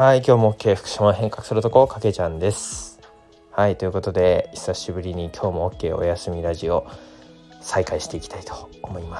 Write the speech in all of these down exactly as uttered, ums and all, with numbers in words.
はい、今日も OK 福島変革するとこかけちゃんです。はい、ということで久しぶりに今日も OK おやすみラジオ再開していきたいと思います。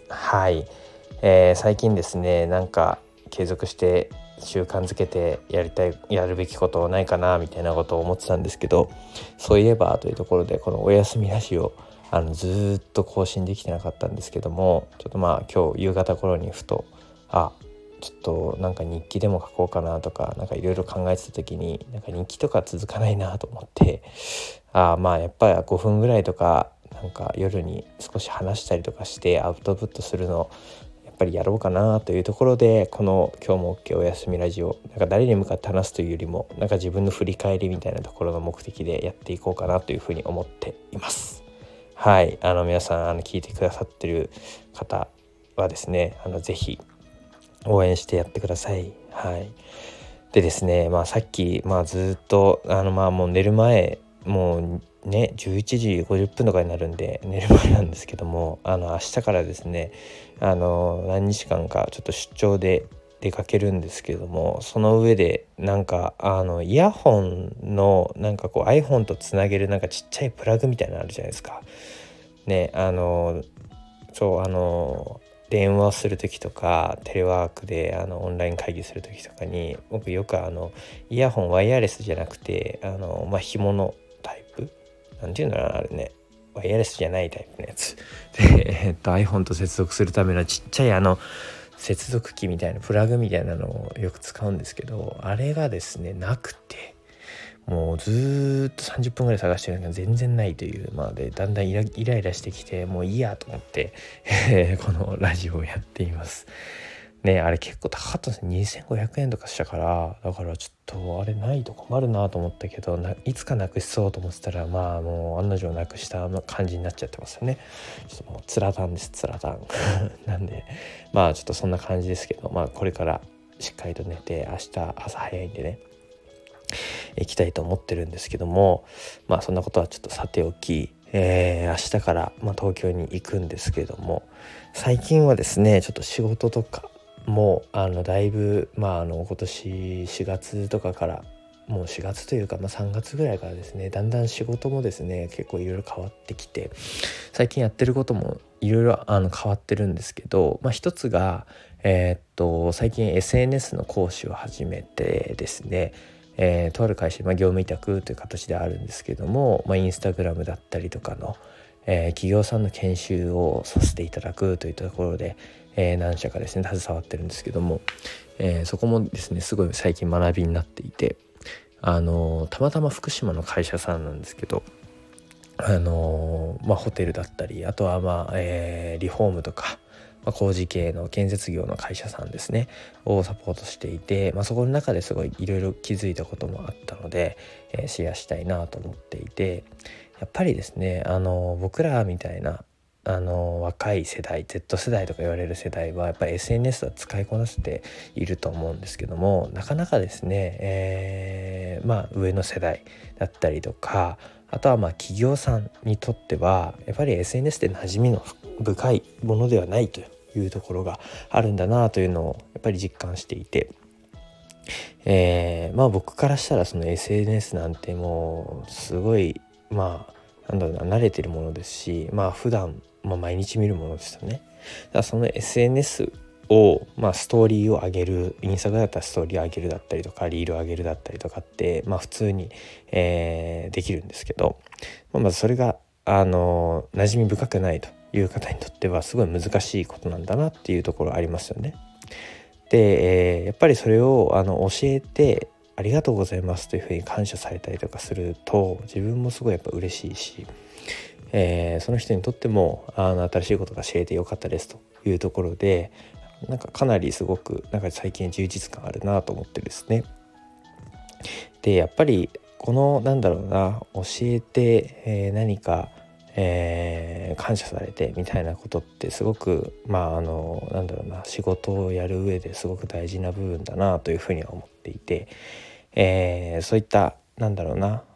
はい、えー、最近ですね、なんか継続して習慣づけてやりたいやるべきことないかなみたいなことを思ってたんですけど、そういえばというところでこのおやすみラジオあのずっと更新できてなかったんですけども、ちょっとまあ今日夕方頃にふとあちょっとなんか日記でも書こうかなとかなんかいろいろ考えてた時に、なんか日記とか続かないなと思って、あまあやっぱりごふんぐらいとかなんか夜に少し話したりとかしてアウトプットするのやっぱりやろうかなというところで、この今日も OK おやすみラジオ、なんか誰に向かって話すというよりもなんか自分の振り返りみたいなところの目的でやっていこうかなというふうに思っています。はい、あの皆さんあの聞いてくださってる方はですね、あのぜひ応援してやってください。はい。でですね、まあさっきまあずっとあのまあもう寝る前もうねじゅういちじごじゅっぷんとかになるんで寝る前なんですけども、あの明日からですね、あの何日間かちょっと出張で出かけるんですけれども、その上でなんかあのイヤホンのなんかこう iPhone とつなげるなんかちっちゃいプラグみたいなのあるじゃないですか。ね、あのそうあの電話をする時とかテレワークであのオンライン会議する時とかに、僕よくあのイヤホンワイヤレスじゃなくてあのまあ紐のタイプなんていうのかな、あれね、ワイヤレスじゃないタイプのやつで、えっと iPhone と接続するためのちっちゃいあの接続機みたいなプラグみたいなのをよく使うんですけど、あれがですねなくて、もうずっとさんじゅっぷんぐらい探してるのが全然ないという、まあでだんだんイライライラしてきて、もういいやと思って、えー、このラジオをやっていますね。あれ結構高かったんですね。にせんごひゃくえんとかしたから、だからちょっとあれないと困るなと思ったけど、ないつかなくしそうと思ってたら、まあもう案の定なくした感じになっちゃってますよね。ちょっともうつらたんですつらたんなんでまあちょっとそんな感じですけど、まあこれからしっかりと寝て明日朝早いんでね行きたいと思ってるんですけども、まあそんなことはちょっとさておき、えー、明日から、まあ、東京に行くんですけれども、最近はですねちょっと仕事とかもあのだいぶ、まあ、あの今年しがつとかから、もうしがつというか、まあ、さんがつぐらいからですね、だんだん仕事もですね結構いろいろ変わってきて、最近やってることもいろいろあの変わってるんですけど、まあ、一つが、えー、っと最近 エスエヌエス の講師を始めてですね、えー、とある会社、まあ、業務委託という形であるんですけども、まあ、インスタグラムだったりとかの、えー、企業さんの研修をさせていただくといったところで、えー、何社かですね携わってるんですけども、えー、そこもですねすごい最近学びになっていて、あのー、たまたま福島の会社さんなんですけど、あのーまあ、ホテルだったり、あとは、まあえー、リフォームとか、まあ、工事系の建設業の会社さんですねをサポートしていて、まあ、そこの中ですごいいろいろ気づいたこともあったので、えー、シェアしたいなと思っていて、やっぱりですねあの僕らみたいなあの若い世代 Z 世代とか言われる世代はやっぱり エスエヌエス は使いこなせていると思うんですけども、なかなかですね、えー、まあ上の世代だったりとか、あとはまあ企業さんにとってはやっぱり エスエヌエス って馴染みの深いものではないというところがあるんだなというのをやっぱり実感していて、えー、まあ僕からしたらその エスエヌエス なんてもうすごいまあなんだろうな慣れてるものですし、まあ普段、まあ、毎日見るものですよね。だからその エスエヌエス を、まあ、ストーリーを上げる、インスタグラムだったらストーリーを上げるだったりとかリールを上げるだったりとかって、まあ、普通に、えー、できるんですけど、まあ、まずそれがあの馴染み深くないという方にとってはすごい難しいことなんだなっていうところありますよね。で、えー、やっぱりそれをあの教えてありがとうございますというふうに感謝されたりとかすると、自分もすごいやっぱ嬉しいし、えー、その人にとってもあの新しいことが知れてよかったですというところで、なんかかなりすごくなんか最近充実感あるなと思ってですね。でやっぱりこのなんだろうな教えて、えー、何か、えー、感謝されてみたいなことってすごくまああのなんだろうな仕事をやる上ですごく大事な部分だなというふうには思っていて、えー、そういったなんだろうな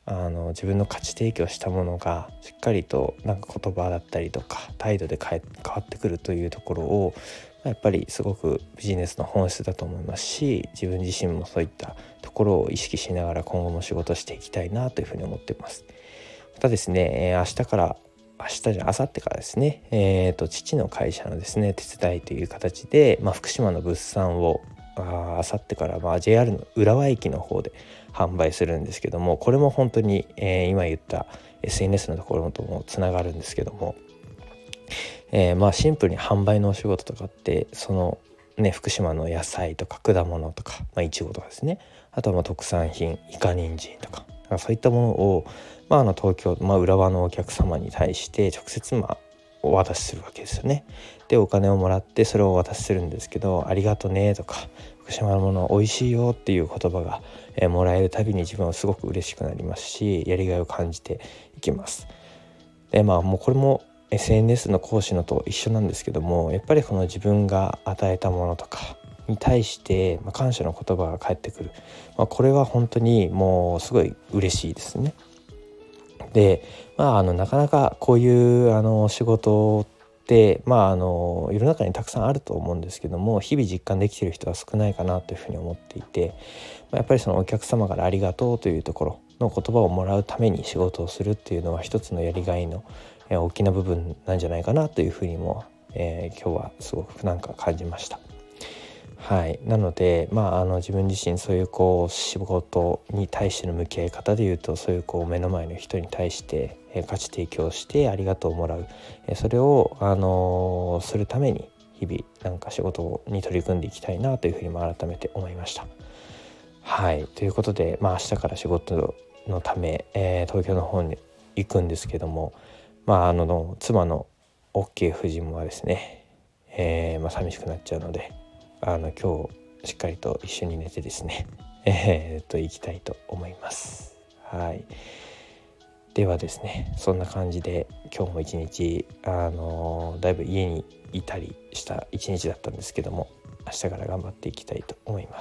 あの自分の価値提供したものがしっかりとなんか言葉だったりとか態度で変え変わってくるというところをやっぱりすごくビジネスの本質だと思いますし、自分自身もそういったところを意識しながら今後も仕事していきたいなというふうに思っています。またですね、明日から明日じゃ明後日からですね、えー、と父の会社のですね手伝いという形で、まあ、福島の物産をあ明後日からまあ ジェイアール の浦和駅の方で販売するんですけども、これも本当に、えー、今言った エスエヌエス のところともつながるんですけども、えー、まあシンプルに販売のお仕事とかってそのね福島の野菜とか果物とか、まあ、いちごとかですね、あとはまあ特産品イカ人参とかそういったものを、まあ、あの東京、まあ、浦和のお客様に対して直接まあお渡しするわけですよね。でお金をもらってそれをお渡しするんですけど、ありがとねとか福島のもの美味しいよっていう言葉が、えー、もらえるたびに自分はすごく嬉しくなりますし、やりがいを感じていきます。でまあもうこれも エスエヌエス の講師のと一緒なんですけども、やっぱりこの自分が与えたものとかに対して、まあ、感謝の言葉が返ってくる、まあ、これは本当にもうすごい嬉しいですね。で、まあ、あのなかなかこういうあの仕事って、まあ、あの世の中にたくさんあると思うんですけども、日々実感できている人は少ないかなというふうに思っていて、まあ、やっぱりそのお客様からありがとうというところの言葉をもらうために仕事をするっていうのは一つのやりがいの大きな部分なんじゃないかなというふうにも、えー、今日はすごくなんか感じました。はい、なので、まあ、あの自分自身そういうこう仕事に対しての向き合い方でいうと、そういうこう目の前の人に対して、えー、価値提供してありがとうをもらう、えー、それを、あのー、するために日々なんか仕事に取り組んでいきたいなというふうにも改めて思いました。はい、ということで、まあ、明日から仕事のため、えー、東京の方に行くんですけども、まあ、あの妻の OK 夫人はですね、えーまあ、寂しくなっちゃうので、あの今日しっかりと一緒に寝てですね、えー、っと行きたいと思います。はい、ではですね、そんな感じで今日も一日、あのー、だいぶ家にいたりした一日だったんですけども、明日から頑張っていきたいと思います。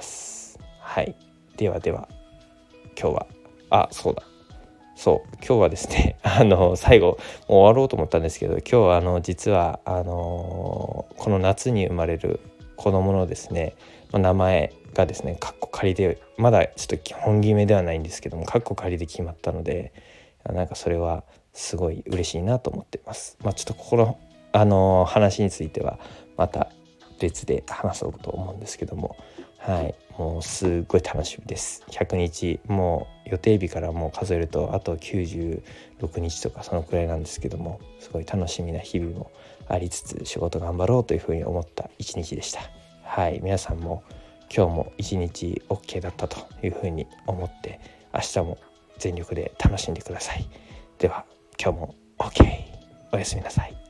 はい、ではでは今日はあそうだそう今日はですねあの最後もう終わろうと思ったんですけど、今日はあの実はあのー、この夏に生まれる子供のですね、まあ、名前がですねカッコ仮で、まだちょっと本決めではないんですけどもカッコ仮で決まったので、なんかそれはすごい嬉しいなと思っています。まあ、ちょっとここの、あのー、話についてはまた別で話そうと思うんですけども、はい、もうすごい楽しみです。ひゃくにち、もう予定日からもう数えるとあときゅうじゅうろくにちとかそのくらいなんですけども、すごい楽しみな日々もありつつ仕事頑張ろうというふうに思った一日でした。はい、皆さんも今日も一日 OK だったというふうに思って、明日も全力で楽しんでください。では今日も OK、 おやすみなさい。